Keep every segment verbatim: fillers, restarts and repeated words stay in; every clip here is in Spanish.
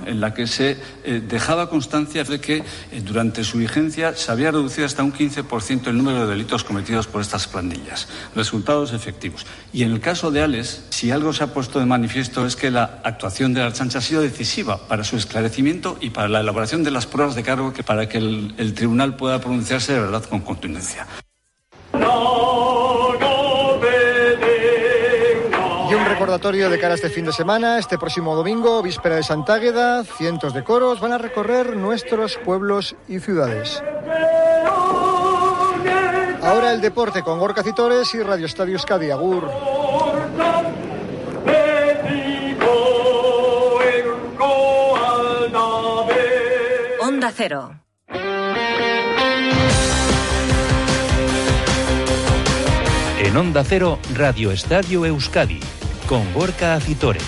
en la que se eh, dejaba constancia de que eh, durante su vigencia se había reducido hasta un quince por ciento el número de delitos cometidos por estas pandillas. Resultados efectivos. Y en el caso de Alex, si algo se ha puesto de manifiesto es que la actuación de la Ertzaintza ha sido decisiva para su esclarecimiento y para la elaboración de las pruebas de cargo que para que el, el tribunal pueda pronunciarse de verdad con contundencia. Y un recordatorio de cara a este fin de semana, este próximo domingo, víspera de Santa Águeda, cientos de coros van a recorrer nuestros pueblos y ciudades. Ahora el deporte con Gorka Citores y Radio Estadio Euskadi. Agur. Onda Cero. En Onda Cero, Radio Estadio Euskadi, con Gorka Citores.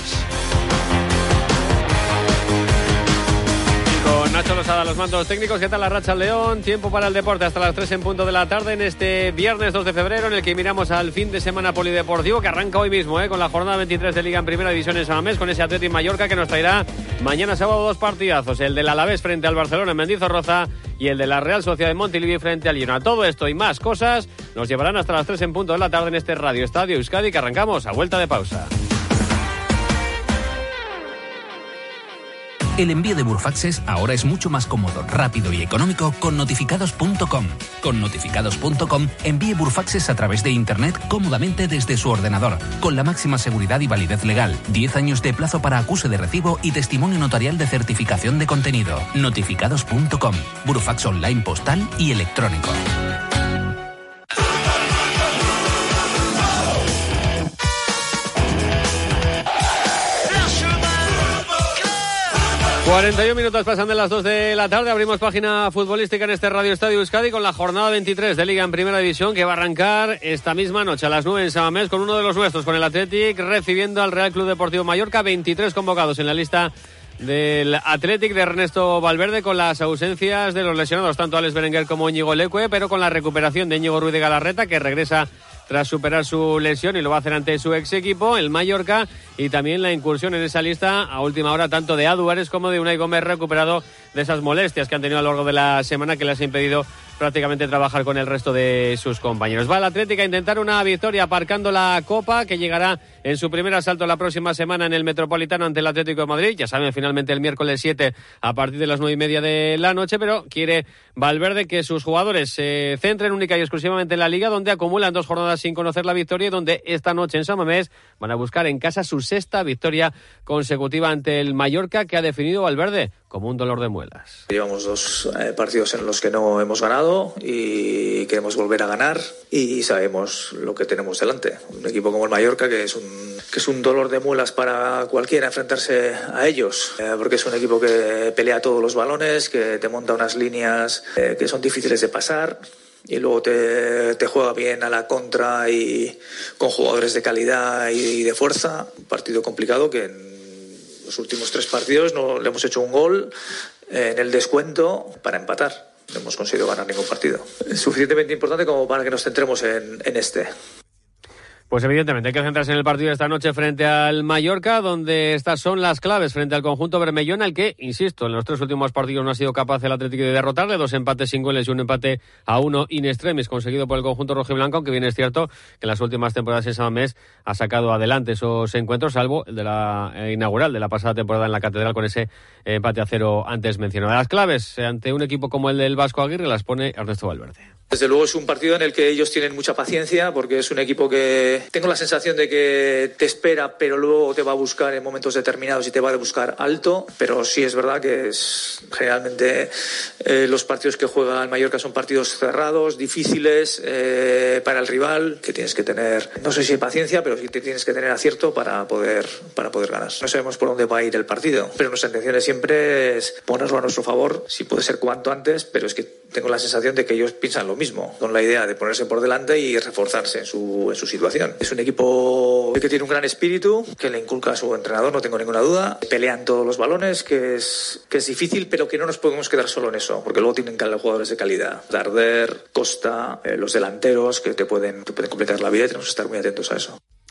Con Nacho Losada, los mandos técnicos. ¿Qué tal la racha al León? Tiempo para el deporte hasta las tres en punto de la tarde en este viernes dos de febrero, en el que miramos al fin de semana polideportivo que arranca hoy mismo, ¿eh? con la jornada veintitrés de Liga en Primera División en San Mamés, con ese Athletic Mallorca que nos traerá mañana sábado dos partidazos, el del Alavés frente al Barcelona en Mendizorroza y el de la Real Sociedad de Montilivi frente al Girona. Todo esto y más cosas nos llevarán hasta las tres en punto de la tarde en este Radio Estadio Euskadi, que arrancamos a vuelta de pausa. El envío de Burfaxes ahora es mucho más cómodo, rápido y económico con notificados punto com. Con notificados punto com envíe Burfaxes a través de Internet cómodamente desde su ordenador, con la máxima seguridad y validez legal, diez años de plazo para acuse de recibo y testimonio notarial de certificación de contenido. notificados punto com, Burfax online postal y electrónico. cuarenta y un minutos pasan de las dos de la tarde. Abrimos página futbolística en este Radio Estadio Euskadi con la jornada veintitrés de Liga en Primera División, que va a arrancar esta misma noche a las nueve en San Mamés con uno de los nuestros, con el Athletic recibiendo al Real Club Deportivo Mallorca. veintitrés convocados en la lista del Athletic de Ernesto Valverde, con las ausencias de los lesionados tanto Alex Berenguer como Íñigo Leque, pero con la recuperación de Íñigo Ruiz de Galarreta, que regresa tras superar su lesión y lo va a hacer ante su ex equipo, el Mallorca, y también la incursión en esa lista a última hora tanto de Aduares como de Unai Gómez, recuperado de esas molestias que han tenido a lo largo de la semana, que les ha impedido prácticamente trabajar con el resto de sus compañeros. Va el Atlético a intentar una victoria aparcando la Copa, que llegará en su primer asalto la próxima semana en el Metropolitano ante el Atlético de Madrid. Ya saben, finalmente el miércoles siete a partir de las nueve y media de la noche, pero quiere Valverde que sus jugadores se centren única y exclusivamente en la Liga, donde acumulan dos jornadas sin conocer la victoria y donde esta noche en San Mamés van a buscar en casa su sexta victoria consecutiva ante el Mallorca, que ha definido Valverde como un dolor de muelas. Llevamos dos eh, partidos en los que no hemos ganado y queremos volver a ganar, y sabemos lo que tenemos delante. Un equipo como el Mallorca que es un, que es un dolor de muelas para cualquiera enfrentarse a ellos, eh, porque es un equipo que pelea todos los balones, que te monta unas líneas eh, que son difíciles de pasar, y luego te, te juega bien a la contra y con jugadores de calidad y de fuerza. Un partido complicado que en los últimos tres partidos no le hemos hecho un gol en el descuento para empatar. No hemos conseguido ganar ningún partido. Es suficientemente importante como para que nos centremos en, en este. Pues evidentemente hay que centrarse en el partido de esta noche frente al Mallorca, donde estas son las claves frente al conjunto bermellón, al que, insisto, en los tres últimos partidos no ha sido capaz el Atlético de derrotarle. Dos empates sin goles y un empate a uno in extremis conseguido por el conjunto rojiblanco, aunque bien es cierto que en las últimas temporadas en San Mamés ha sacado adelante esos encuentros, salvo el de la eh, inaugural de la pasada temporada en la Catedral, con ese eh, empate a cero antes mencionado. Las claves eh, ante un equipo como el del Vasco Aguirre las pone Ernesto Valverde. Desde luego es un partido en el que ellos tienen mucha paciencia, porque es un equipo que tengo la sensación de que te espera, pero luego te va a buscar en momentos determinados y te va a buscar alto. Pero sí es verdad que es generalmente eh, los partidos que juega el Mallorca son partidos cerrados, difíciles eh, para el rival, que tienes que tener, no sé si paciencia, pero sí te tienes que tener acierto para poder, para poder ganar. No sabemos por dónde va a ir el partido, pero nuestra intención siempre es ponerlo a nuestro favor, si puede ser cuanto antes, pero es que tengo la sensación de que ellos piensan lo mismo, con la idea de ponerse por delante y reforzarse en su, en su situación. Es un equipo que tiene un gran espíritu, que le inculca a su entrenador, no tengo ninguna duda. Pelean todos los balones, que es, que es difícil, pero que no nos podemos quedar solo en eso, porque luego tienen jugadores de calidad. Darder, Costa, eh, los delanteros, que te pueden, te pueden complicar la vida, y tenemos que estar muy atentos a eso.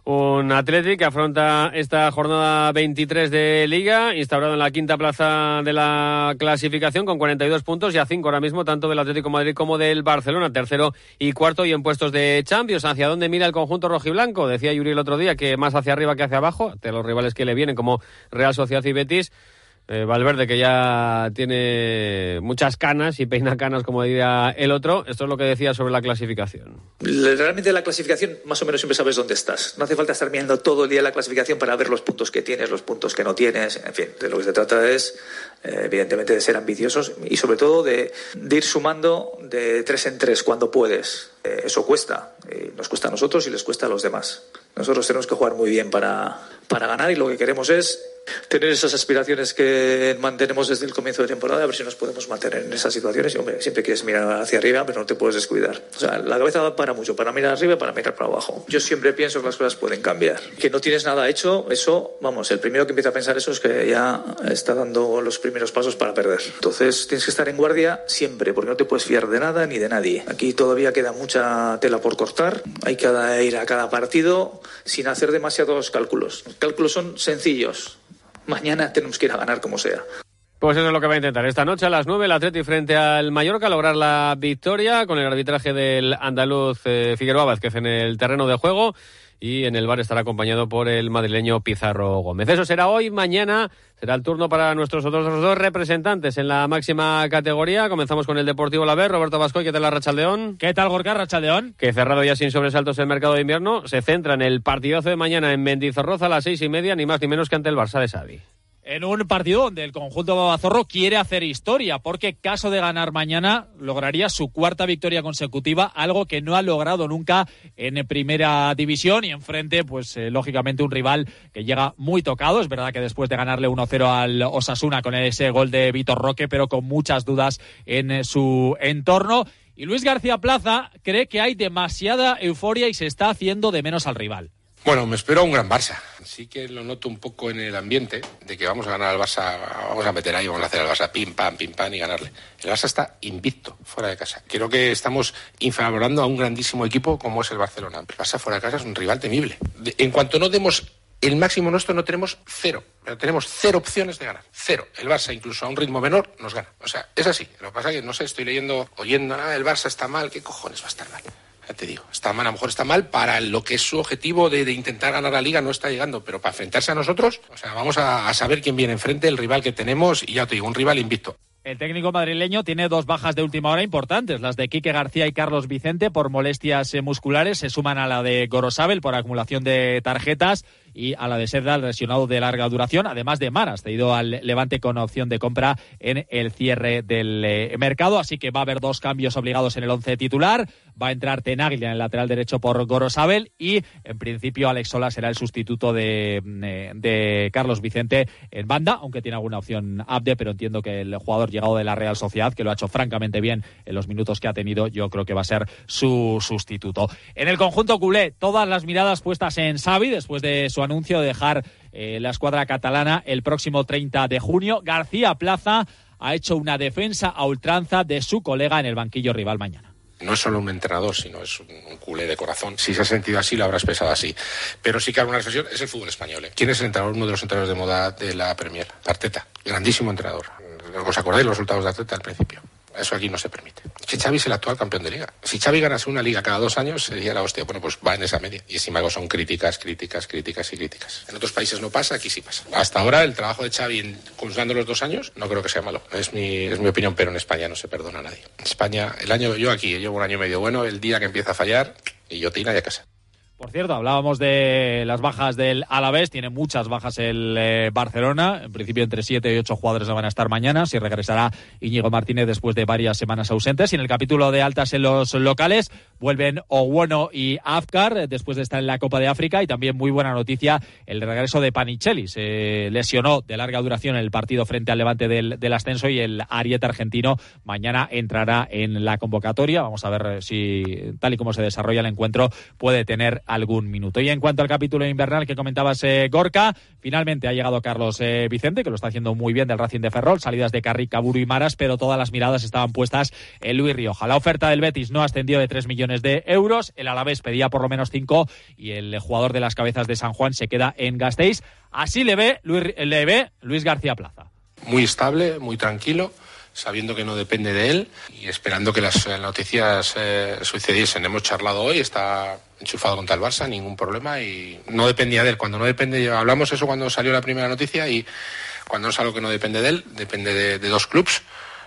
Un Athletic que afronta esta jornada veintitrés de Liga, instaurado en la quinta plaza de la clasificación con cuarenta y dos puntos y a cinco ahora mismo, tanto del Atlético de Madrid como del Barcelona, tercero y cuarto y en puestos de Champions. ¿Hacia dónde mira el conjunto rojiblanco? Decía Yuri el otro día que más hacia arriba que hacia abajo, de los rivales que le vienen como Real Sociedad y Betis. Eh, Valverde, que ya tiene muchas canas y peina canas, como diría el otro. Esto es lo que decía sobre la clasificación. Realmente la clasificación más o menos siempre sabes dónde estás. No hace falta estar mirando todo el día la clasificación para ver los puntos que tienes, los puntos que no tienes. En fin, de lo que se trata es, eh, evidentemente, de ser ambiciosos y sobre todo de, de ir sumando de tres en tres cuando puedes. Eh, eso cuesta. Eh, nos cuesta a nosotros y les cuesta a los demás. Nosotros tenemos que jugar muy bien para, para ganar y lo que queremos es tener esas aspiraciones que mantenemos desde el comienzo de temporada, a ver si nos podemos mantener en esas situaciones. Y, hombre, siempre quieres mirar hacia arriba, pero no te puedes descuidar. O sea, la cabeza va para mucho, para mirar arriba y para mirar para abajo. Yo siempre pienso que las cosas pueden cambiar. Que no tienes nada hecho, eso, vamos, el primero que empieza a pensar eso es que ya está dando los primeros pasos para perder. Entonces tienes que estar en guardia siempre, porque no te puedes fiar de nada ni de nadie. Aquí todavía queda mucha tela por cortar. Hay que ir a cada partido sin hacer demasiados cálculos. Los cálculos son sencillos. Mañana tenemos que ir a ganar como sea. Pues eso es lo que va a intentar esta noche a las nueve el Atleti frente al Mallorca, lograr la victoria con el arbitraje del andaluz eh, Figueroa Vázquez en el terreno de juego, y en el bar estará acompañado por el madrileño Pizarro Gómez. Eso será hoy. Mañana será el turno para nuestros otros dos representantes en la máxima categoría. Comenzamos con el Deportivo Alavés. Roberto Bascoy, ¿qué tal la Rachaldeón? ¿Qué tal, Gorka? Rachaldeón. Que cerrado ya sin sobresaltos el mercado de invierno, se centra en el partidazo de mañana en Mendizorroza a las seis y media, ni más ni menos que ante el Barça de Xavi. En un partido donde el conjunto babazorro quiere hacer historia, porque caso de ganar mañana lograría su cuarta victoria consecutiva, algo que no ha logrado nunca en primera división, y enfrente, pues eh, lógicamente un rival que llega muy tocado. Es verdad que después de ganarle uno cero al Osasuna con ese gol de Vitor Roque, pero con muchas dudas en su entorno. Y Luis García Plaza cree que hay demasiada euforia y se está haciendo de menos al rival. Bueno, me espero a un gran Barça. Sí que lo noto un poco en el ambiente de que vamos a ganar al Barça, vamos a meter ahí, vamos a hacer al Barça pim, pam, pim, pam y ganarle. El Barça está invicto fuera de casa. Creo que estamos infravalorando a un grandísimo equipo como es el Barcelona. El Barça fuera de casa es un rival temible. De, en cuanto no demos el máximo nuestro, no tenemos cero. Pero tenemos cero opciones de ganar. Cero. El Barça, incluso a un ritmo menor, nos gana. O sea, es así. Lo que pasa es que, no sé, estoy leyendo, oyendo, ah, el Barça está mal. ¿Qué cojones va a estar mal? Ya te digo, está mal, a lo mejor está mal para lo que es su objetivo de, de intentar ganar la Liga, no está llegando, pero para enfrentarse a nosotros, o sea, vamos a, a saber quién viene enfrente, el rival que tenemos, y ya te digo, un rival invicto. El técnico madrileño tiene dos bajas de última hora importantes, las de Quique García y Carlos Vicente por molestias musculares, se suman a la de Gorosabel por acumulación de tarjetas y a la de Serdal, lesionado de larga duración, además de Maras, cedido al Levante con opción de compra en el cierre del eh, mercado, así que va a haber dos cambios obligados en el once titular. Va a entrar Tenaglia en el lateral derecho por Gorosabel y en principio Alex Sola será el sustituto de, de Carlos Vicente en banda, aunque tiene alguna opción Abde, pero entiendo que el jugador llegado de la Real Sociedad, que lo ha hecho francamente bien en los minutos que ha tenido, yo creo que va a ser su sustituto. En el conjunto culé, todas las miradas puestas en Xavi después de su anuncio de dejar eh, la escuadra catalana el próximo treinta de junio. García Plaza ha hecho una defensa a ultranza de su colega en el banquillo rival mañana. No es solo un entrenador, sino es un, un culé de corazón. Si se ha sentido así, lo habrá expresado así. Pero sí que hay una reflexión, es el fútbol español. ¿eh? ¿Quién es el entrenador? Uno de los entrenadores de moda de la Premier. Arteta, grandísimo entrenador. ¿Os acordáis los resultados de Arteta al principio? Eso aquí no se permite. Es que Xavi es el actual campeón de Liga. Si Xavi ganase una Liga cada dos años, sería la hostia. Bueno, pues va en esa media. Y sin embargo son críticas, críticas, críticas y críticas. En otros países no pasa, aquí sí pasa. Hasta ahora el trabajo de Xavi, juzgando los dos años, no creo que sea malo. Es mi, es mi opinión, pero en España no se perdona a nadie. En España, el año, yo aquí llevo un año y medio bueno, el día que empieza a fallar, y yo tira y a casa. Por cierto, hablábamos de las bajas del Alavés, tiene muchas bajas el eh, Barcelona, en principio entre siete y ocho jugadores van a estar mañana, si regresará Íñigo Martínez después de varias semanas ausentes. Y en el capítulo de altas en los locales vuelven Owono y Afkar después de estar en la Copa de África, y también muy buena noticia el regreso de Panicelli, se lesionó de larga duración en el partido frente al Levante del, del ascenso, y el ariete argentino mañana entrará en la convocatoria. Vamos a ver si, tal y como se desarrolla el encuentro, puede tener algún minuto. Y en cuanto al capítulo invernal que comentabas, eh, Gorka, finalmente ha llegado Carlos eh, Vicente, que lo está haciendo muy bien, del Racing de Ferrol, salidas de Carrick, Caburu y Maras, pero todas las miradas estaban puestas en Luis Rioja. La oferta del Betis no ascendió de tres millones de euros, el Alavés pedía por lo menos cinco y el jugador de las cabezas de San Juan se queda en Gasteiz. Así le ve Luis, le ve Luis García Plaza. Muy estable, muy tranquilo, sabiendo que no depende de él y esperando que las noticias eh, sucediesen. Hemos charlado hoy, está enchufado contra el Barça, ningún problema, y no dependía de él. Cuando no depende, hablamos eso cuando salió la primera noticia, y cuando es algo que no depende de él, depende de, de dos clubs,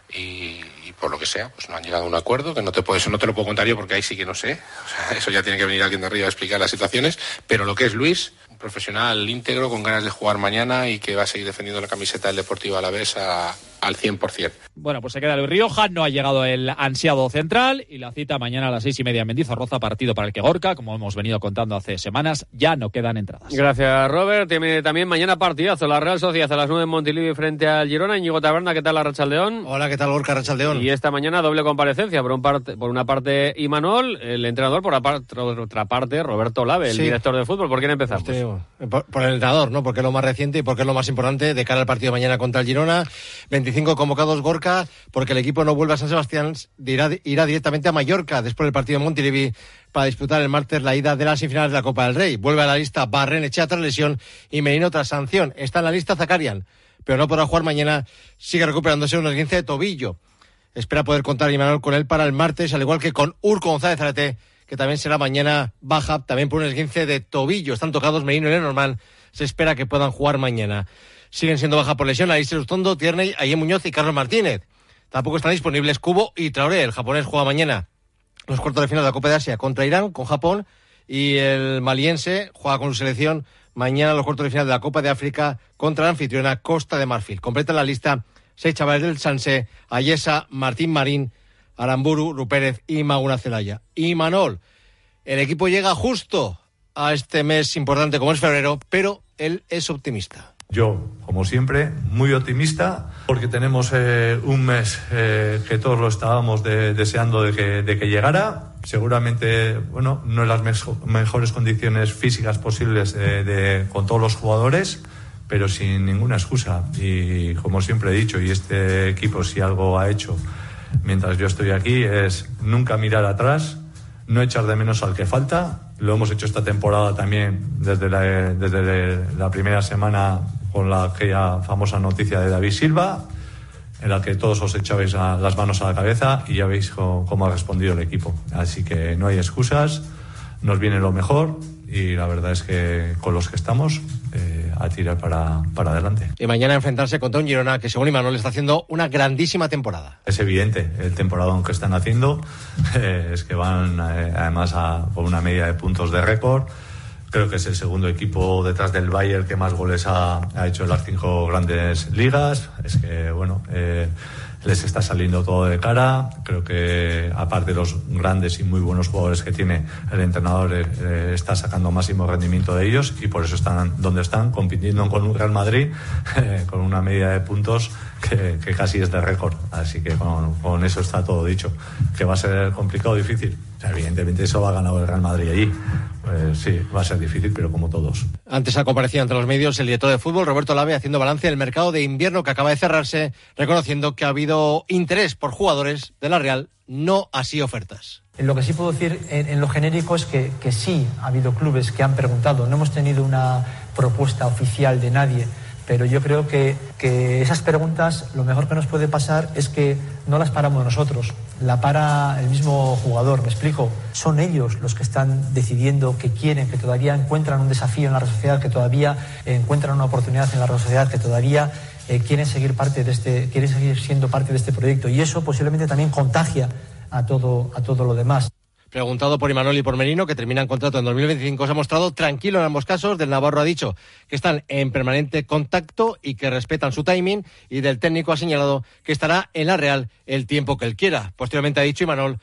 y, y por lo que sea, pues no han llegado a un acuerdo, que no te puedo, eso no te lo puedo contar yo porque ahí sí que no sé. O sea, eso ya tiene que venir alguien de arriba a explicar las situaciones, pero lo que es Luis, un profesional íntegro, con ganas de jugar mañana y que va a seguir defendiendo la camiseta del Deportivo Alavés a al cien por ciento. Bueno, pues se queda Luis Rioja, no ha llegado el ansiado central y la cita mañana a las seis y media en Mendizorroza, partido para el que Gorka, como hemos venido contando hace semanas, ya no quedan entradas. Gracias, Robert. Tiene también mañana partidazo, la Real Sociedad a las nueve en Montilivi frente al Girona. Íñigo Taberna, ¿qué tal, la Rachaldeón? Hola, ¿qué tal, Gorka, Rachaldeón? Y esta mañana doble comparecencia, por, un parte, por una parte Imanol, el entrenador, por otra parte Roberto Lave, el sí. director de fútbol. ¿Por quién empezamos? Usted, por, por el entrenador, ¿no? Porque es lo más reciente y porque es lo más importante de cara al partido de mañana contra el Girona. veinticinco convocados, Gorka, porque el equipo no vuelve a San Sebastián, irá, irá directamente a Mallorca después del partido de Montilivi para disputar el martes la ida de las semifinales de la Copa del Rey. Vuelve a la lista Barrenechea tras lesión y Merino tras sanción. Está en la lista Zakarian, pero no podrá jugar mañana, sigue recuperándose un esguince de tobillo. Espera poder contar Imanol con él para el martes, al igual que con Urco González Zarate, que también será mañana baja, también por un esguince de tobillo. Están tocados Merino y Lenormand, se espera que puedan jugar mañana. Siguen siendo baja por lesión Alistair Ustondo, Tierney, Ayer Muñoz y Carlos Martínez. Tampoco están disponibles Kubo y Traoré. El japonés juega mañana los cuartos de final de la Copa de Asia contra Irán, con Japón, y el maliense juega con su selección mañana los cuartos de final de la Copa de África contra la anfitriona Costa de Marfil. Completa la lista seis chavales del Sanse: Ayesa, Martín Marín, Aramburu, Rupérez y Maguna Celaya. Y Manol, el equipo llega justo a este mes importante como es febrero, pero él es optimista. Yo, como siempre, muy optimista, porque tenemos eh, un mes eh, que todos lo estábamos de, deseando de que, de que llegara. Seguramente, bueno, no en las mejo, mejores condiciones físicas posibles de, de, con todos los jugadores, pero sin ninguna excusa. Y como siempre he dicho, y este equipo si algo ha hecho mientras yo estoy aquí, es nunca mirar atrás, no echar de menos al que falta. Lo hemos hecho esta temporada también desde la, desde la primera semana con la, aquella famosa noticia de David Silva, en la que todos os echabais a, las manos a la cabeza, y ya veis cómo, cómo ha respondido el equipo. Así que no hay excusas, nos viene lo mejor y la verdad es que con los que estamos eh, a tirar para, para adelante. Y mañana enfrentarse contra un Girona que, según Imanol, está haciendo una grandísima temporada. Es evidente el temporadón que están haciendo, eh, es que van eh, además a, por una media de puntos de récord. Creo que es el segundo equipo detrás del Bayern que más goles ha, ha hecho en las cinco grandes ligas. Es que, bueno, eh, les está saliendo todo de cara. Creo que, aparte de los grandes y muy buenos jugadores que tiene, el entrenador eh, está sacando máximo rendimiento de ellos, y por eso están donde están, compitiendo con un Real Madrid eh, con una media de puntos que, que casi es de récord. Así que con, con eso está todo dicho. Que va a ser complicado, difícil. O sea, evidentemente eso va a ganar el Real Madrid allí. Pues sí, va a ser difícil, pero como todos. Antes ha comparecido ante los medios el director de fútbol, Roberto Lave, haciendo balance del mercado de invierno que acaba de cerrarse, reconociendo que ha habido interés por jugadores de la Real, no así ofertas. Lo que sí puedo decir en, en lo genérico es que, que sí ha habido clubes que han preguntado. No hemos tenido una propuesta oficial de nadie, pero yo creo que, que esas preguntas, lo mejor que nos puede pasar es que no las paramos nosotros, la para el mismo jugador. Me explico, son ellos los que están decidiendo que quieren, que todavía encuentran un desafío en la Real Sociedad, que todavía encuentran una oportunidad en la Real Sociedad, que todavía eh, quieren seguir parte de este, quieren seguir siendo parte de este proyecto, y eso posiblemente también contagia a todo, a todo lo demás. Preguntado por Imanol y por Merino, que terminan contrato en dos mil veinticinco, se ha mostrado tranquilo en ambos casos. Del Navarro ha dicho que están en permanente contacto y que respetan su timing, y del técnico ha señalado que estará en la Real el tiempo que él quiera. Posteriormente ha dicho Imanol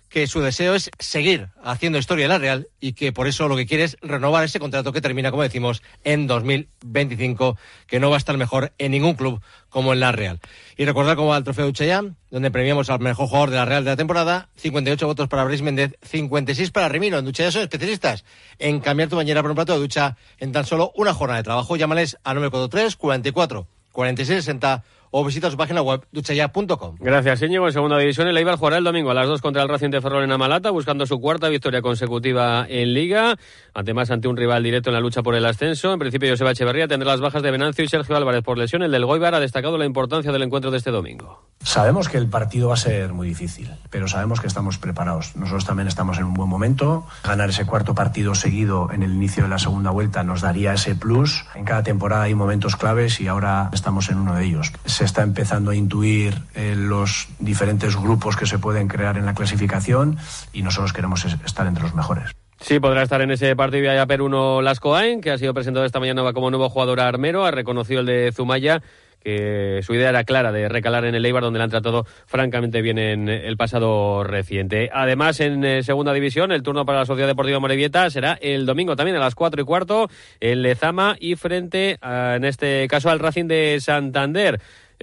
que su deseo es seguir haciendo historia en la Real y que por eso lo que quiere es renovar ese contrato que termina, como decimos, en dos mil veinticinco, que no va a estar mejor en ningún club como en la Real. Y recordar cómo va el trofeo Uchellán, donde premiamos al mejor jugador de la Real de la temporada, cincuenta y ocho votos para Brais Méndez, cincuenta y seis para Remiro. En Ducha ya son especialistas en cambiar tu bañera por un plato de ducha en tan solo una jornada de trabajo. Llámales a nueve cuatro tres, cuarenta y cuatro, cuarenta y seis sesenta o visita su página web duchaya punto com. Gracias, Íñigo. En segunda división, el Eibar jugará el domingo a las dos contra el Racing de Ferrol en Amalata, buscando su cuarta victoria consecutiva en Liga, además ante un rival directo en la lucha por el ascenso. En principio, Joseba Echeverría tendrá las bajas de Venancio y Sergio Álvarez por lesión. El del Goibar ha destacado la importancia del encuentro de este domingo. Sabemos que el partido va a ser muy difícil, pero sabemos que estamos preparados. Nosotros también estamos en un buen momento. Ganar ese cuarto partido seguido en el inicio de la segunda vuelta nos daría ese plus. En cada temporada hay momentos claves y ahora estamos en uno de ellos. Se está empezando a intuir eh, los diferentes grupos que se pueden crear en la clasificación y nosotros queremos estar entre los mejores. Sí, podrá estar en ese partido Yaya Peruno Lascoain, que ha sido presentado esta mañana como nuevo jugador a Armero. Ha reconocido el de Zumaya que su idea era clara de recalar en el Eibar, donde le han tratado francamente bien en el pasado reciente. Además, en eh, segunda división, el turno para la Sociedad Deportiva Amorebieta será el domingo también a las cuatro y cuarto en Lezama y frente, a, en este caso, al Racing de Santander.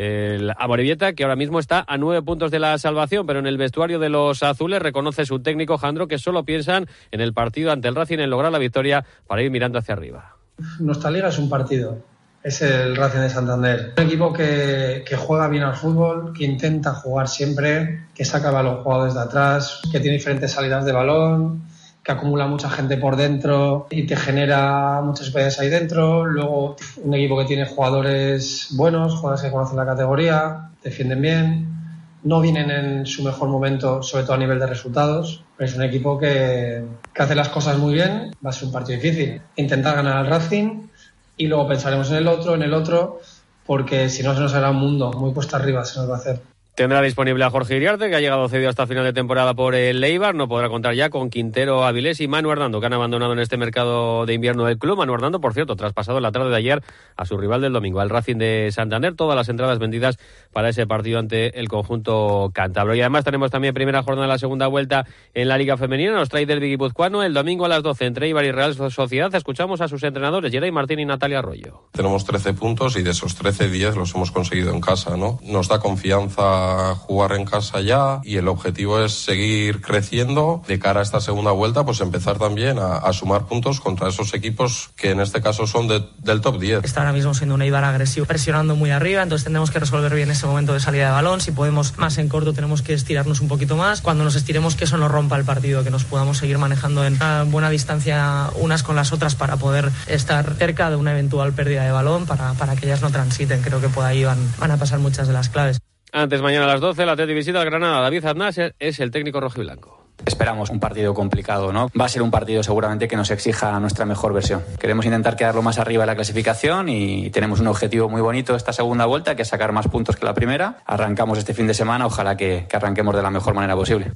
El Amorebieta, que ahora mismo está a nueve puntos de la salvación, pero en el vestuario de los azules reconoce su técnico Jandro que solo piensan en el partido ante el Racing, en lograr la victoria para ir mirando hacia arriba. Nuestra liga es un partido, es el Racing de Santander. Un equipo que, que juega bien al fútbol, que intenta jugar siempre, que saca a los jugadores de atrás, que tiene diferentes salidas de balón, que acumula mucha gente por dentro y te genera muchas veces ahí dentro. Luego un equipo que tiene jugadores buenos, jugadores que conocen la categoría, defienden bien, no vienen en su mejor momento, sobre todo a nivel de resultados, pero es un equipo que, que hace las cosas muy bien. Va a ser un partido difícil. Intentar ganar al Racing y luego pensaremos en el otro, en el otro, porque si no se nos hará un mundo muy cuesta arriba, se nos va a hacer. Tendrá disponible a Jorge Iriarte, que ha llegado cedido hasta final de temporada por el Eibar. No podrá contar ya con Quintero, Avilés y Manu Hernando, que han abandonado en este mercado de invierno del club. Manu Hernando, por cierto, traspasado la tarde de ayer a su rival del domingo, al Racing de Santander. Todas las entradas vendidas para ese partido ante el conjunto cántabro. Y además tenemos también primera jornada de la segunda vuelta en la Liga Femenina. Nos trae Derbi guipuzcoano el domingo a las doce entre Eibar y Real Sociedad. Escuchamos a sus entrenadores, Geray Martín y Natalia Arroyo. Tenemos trece puntos y de esos trece, diez los hemos conseguido en casa, ¿no? Nos da confianza jugar en casa ya y el objetivo es seguir creciendo de cara a esta segunda vuelta, pues empezar también a, a sumar puntos contra esos equipos que en este caso son de, del top diez. Está ahora mismo siendo un Eibar agresivo, presionando muy arriba, entonces tenemos que resolver bien ese momento de salida de balón. Si podemos más en corto, tenemos que estirarnos un poquito más. Cuando nos estiremos, que eso no rompa el partido, que nos podamos seguir manejando en una buena distancia unas con las otras para poder estar cerca de una eventual pérdida de balón, para, para que ellas no transiten. Creo que por ahí van, van a pasar muchas de las claves. Antes, mañana a las doce, la Atleti visita al Granada. David Aznás es el técnico rojiblanco. Esperamos un partido complicado, ¿no? Va a ser un partido seguramente que nos exija nuestra mejor versión. Queremos intentar quedar lo más arriba de la clasificación y tenemos un objetivo muy bonito esta segunda vuelta, que es sacar más puntos que la primera. Arrancamos este fin de semana, ojalá que, que arranquemos de la mejor manera posible.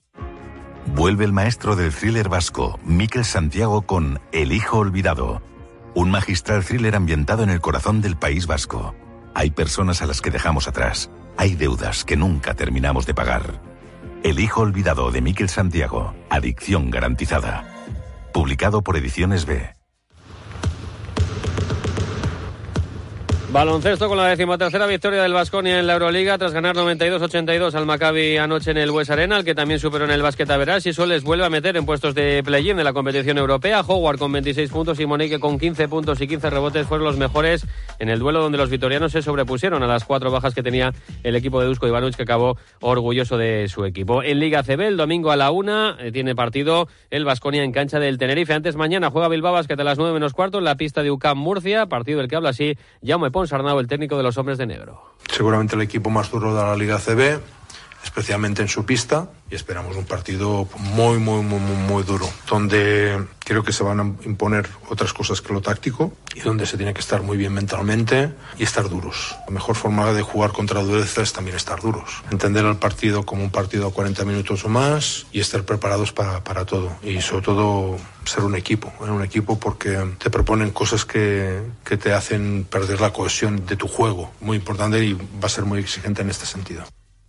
Vuelve el maestro del thriller vasco, Mikel Santiago, con El hijo olvidado. Un magistral thriller ambientado en el corazón del País Vasco. Hay personas a las que dejamos atrás. Hay deudas que nunca terminamos de pagar. El hijo olvidado de Mikel Santiago. Adicción garantizada. Publicado por Ediciones B. Baloncesto con la decimotercera victoria del Baskonia en la Euroliga tras ganar noventa y dos ochenta y dos al Maccabi anoche en el Bues Arena, al que también superó en el básquet Average, y eso les vuelve a meter en puestos de play-in de la competición europea. Howard con veintiséis puntos y Monique con quince puntos y quince rebotes fueron los mejores en el duelo, donde los vitorianos se sobrepusieron a las cuatro bajas que tenía el equipo de Dusko Ivanovic, que acabó orgulloso de su equipo. En Liga C B, el domingo a la una, eh, tiene partido el Baskonia en cancha del Tenerife. Antes, mañana juega Bilbao Basket a las nueve menos cuarto en la pista de U C A M Murcia, partido del que habla así Jaume Ponsarnau, el técnico de los hombres de negro. Seguramente el equipo más duro de la Liga C B, especialmente en su pista, y esperamos un partido muy, muy, muy, muy, muy duro, donde creo que se van a imponer otras cosas que lo táctico y donde se tiene que estar muy bien mentalmente y estar duros. La mejor forma de jugar contra la dureza es también estar duros. Entender el partido como un partido a cuarenta minutos o más y estar preparados para, para todo. Y sobre todo ser un equipo, ¿eh? un equipo porque te proponen cosas que, que te hacen perder la cohesión de tu juego. Muy importante y va a ser muy exigente en este sentido.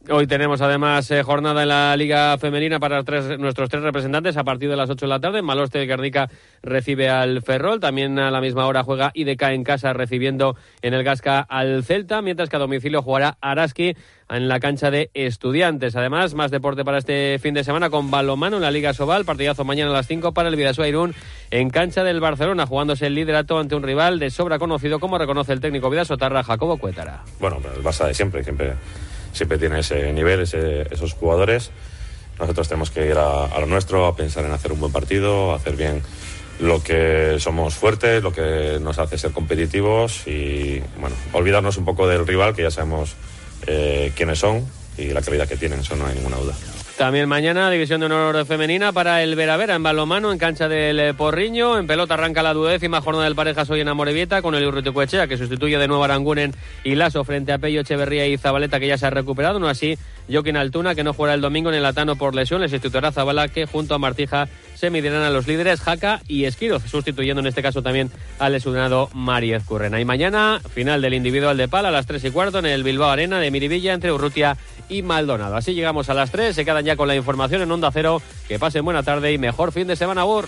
Hoy tenemos además eh, jornada en la Liga Femenina para tres, nuestros tres representantes a partir de las ocho de la tarde. Maloste de Guernica recibe al Ferrol. También a la misma hora juega I D K en casa recibiendo en el Gasca al Celta, mientras que a domicilio jugará Araski en la cancha de Estudiantes. Además, más deporte para este fin de semana con balonmano en la Liga Sobal. Partidazo mañana a las cinco para el Bidasoa Irún en cancha del Barcelona, jugándose el liderato ante un rival de sobra conocido, como reconoce el técnico bidasotarra Jacobo Cuétara. Bueno, el Barça de siempre, siempre... siempre tiene ese nivel, ese, esos jugadores. Nosotros tenemos que ir a, a lo nuestro, a pensar en hacer un buen partido, a hacer bien lo que somos fuertes, lo que nos hace ser competitivos y, bueno, olvidarnos un poco del rival, que ya sabemos eh, quiénes son y la calidad que tienen, eso no hay ninguna duda. También mañana, división de honor femenina para el Veravera en balonmano, en cancha del Porriño. En pelota arranca la duodécima jornada del Parejas hoy en Amorebieta, con el Urruticoechea, que sustituye de nuevo a Aranguren y Lasso frente a Pello, Echeverría y Zabaleta, que ya se ha recuperado. No así Joaquín Altuna, que no jugará el domingo en el Latano por lesión. Les sustituirá Zabala, que junto a Martija se medirán a los líderes Jaca y Esquiroz, sustituyendo en este caso también al lesionado Mariez Currena. Y mañana, final del individual de pala a las tres y cuarto en el Bilbao Arena de Miribilla entre Urrutia y Maldonado. Así llegamos a las tres, se quedan ya con la información en Onda Cero. Que pasen buena tarde y mejor fin de semana, Bur.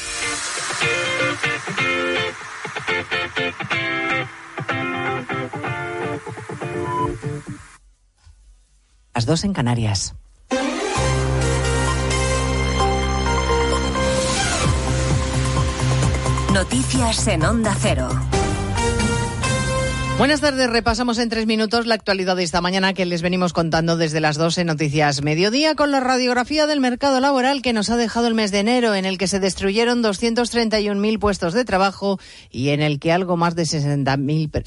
Las dos en Canarias. Noticias en Onda Cero. Buenas tardes, repasamos en tres minutos la actualidad de esta mañana que les venimos contando desde las doce en Noticias Mediodía, con la radiografía del mercado laboral que nos ha dejado el mes de enero, en el que se destruyeron doscientos treinta y un mil puestos de trabajo y en el que algo más de sesenta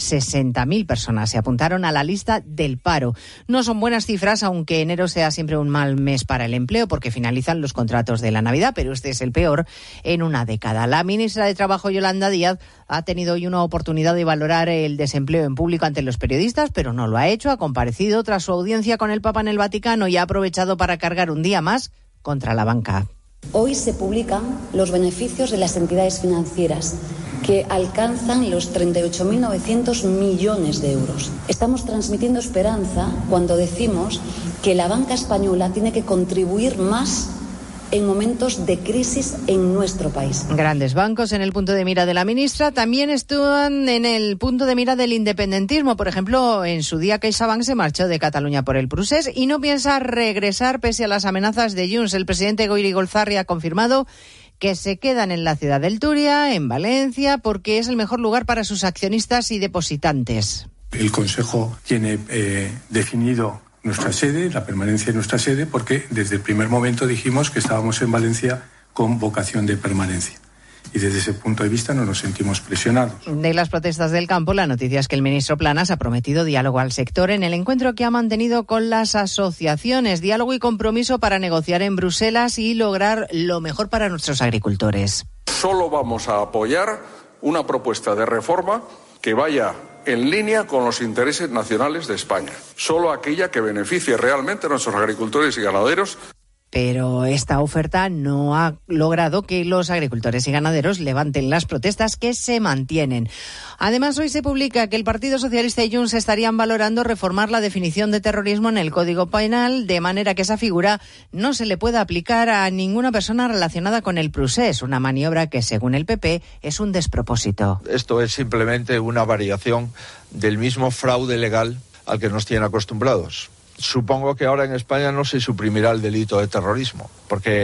mil personas se apuntaron a la lista del paro. No son buenas cifras, aunque enero sea siempre un mal mes para el empleo, porque finalizan los contratos de la Navidad, pero este es el peor en una década. La ministra de Trabajo, Yolanda Díaz, ha tenido hoy una oportunidad de valorar el desempleo en público ante los periodistas, pero no lo ha hecho. Ha comparecido tras su audiencia con el Papa en el Vaticano y ha aprovechado para cargar un día más contra la banca. Hoy se publican los beneficios de las entidades financieras, que alcanzan los treinta y ocho mil novecientos millones de euros. Estamos transmitiendo esperanza cuando decimos que la banca española tiene que contribuir más en momentos de crisis en nuestro país. Grandes bancos en el punto de mira de la ministra, también están en el punto de mira del independentismo. Por ejemplo, en su día CaixaBank se marchó de Cataluña por el procés y no piensa regresar pese a las amenazas de Junts. El presidente Goiri Golzarri ha confirmado que se quedan en la ciudad del Turia, en Valencia, porque es el mejor lugar para sus accionistas y depositantes. El Consejo tiene eh, definido nuestra sede, la permanencia de nuestra sede, porque desde el primer momento dijimos que estábamos en Valencia con vocación de permanencia. Y desde ese punto de vista no nos sentimos presionados. De las protestas del campo, la noticia es que el ministro Planas ha prometido diálogo al sector en el encuentro que ha mantenido con las asociaciones. Diálogo y compromiso para negociar en Bruselas y lograr lo mejor para nuestros agricultores. Solo vamos a apoyar una propuesta de reforma que vaya en línea con los intereses nacionales de España. Solo aquella que beneficie realmente a nuestros agricultores y ganaderos. Pero esta oferta no ha logrado que los agricultores y ganaderos levanten las protestas que se mantienen. Además, hoy se publica que el Partido Socialista y Junts estarían valorando reformar la definición de terrorismo en el Código Penal, de manera que esa figura no se le pueda aplicar a ninguna persona relacionada con el procés, una maniobra que, según el P P, es un despropósito. Esto es simplemente una variación del mismo fraude legal al que nos tienen acostumbrados. Supongo que ahora en España no se suprimirá el delito de terrorismo, porque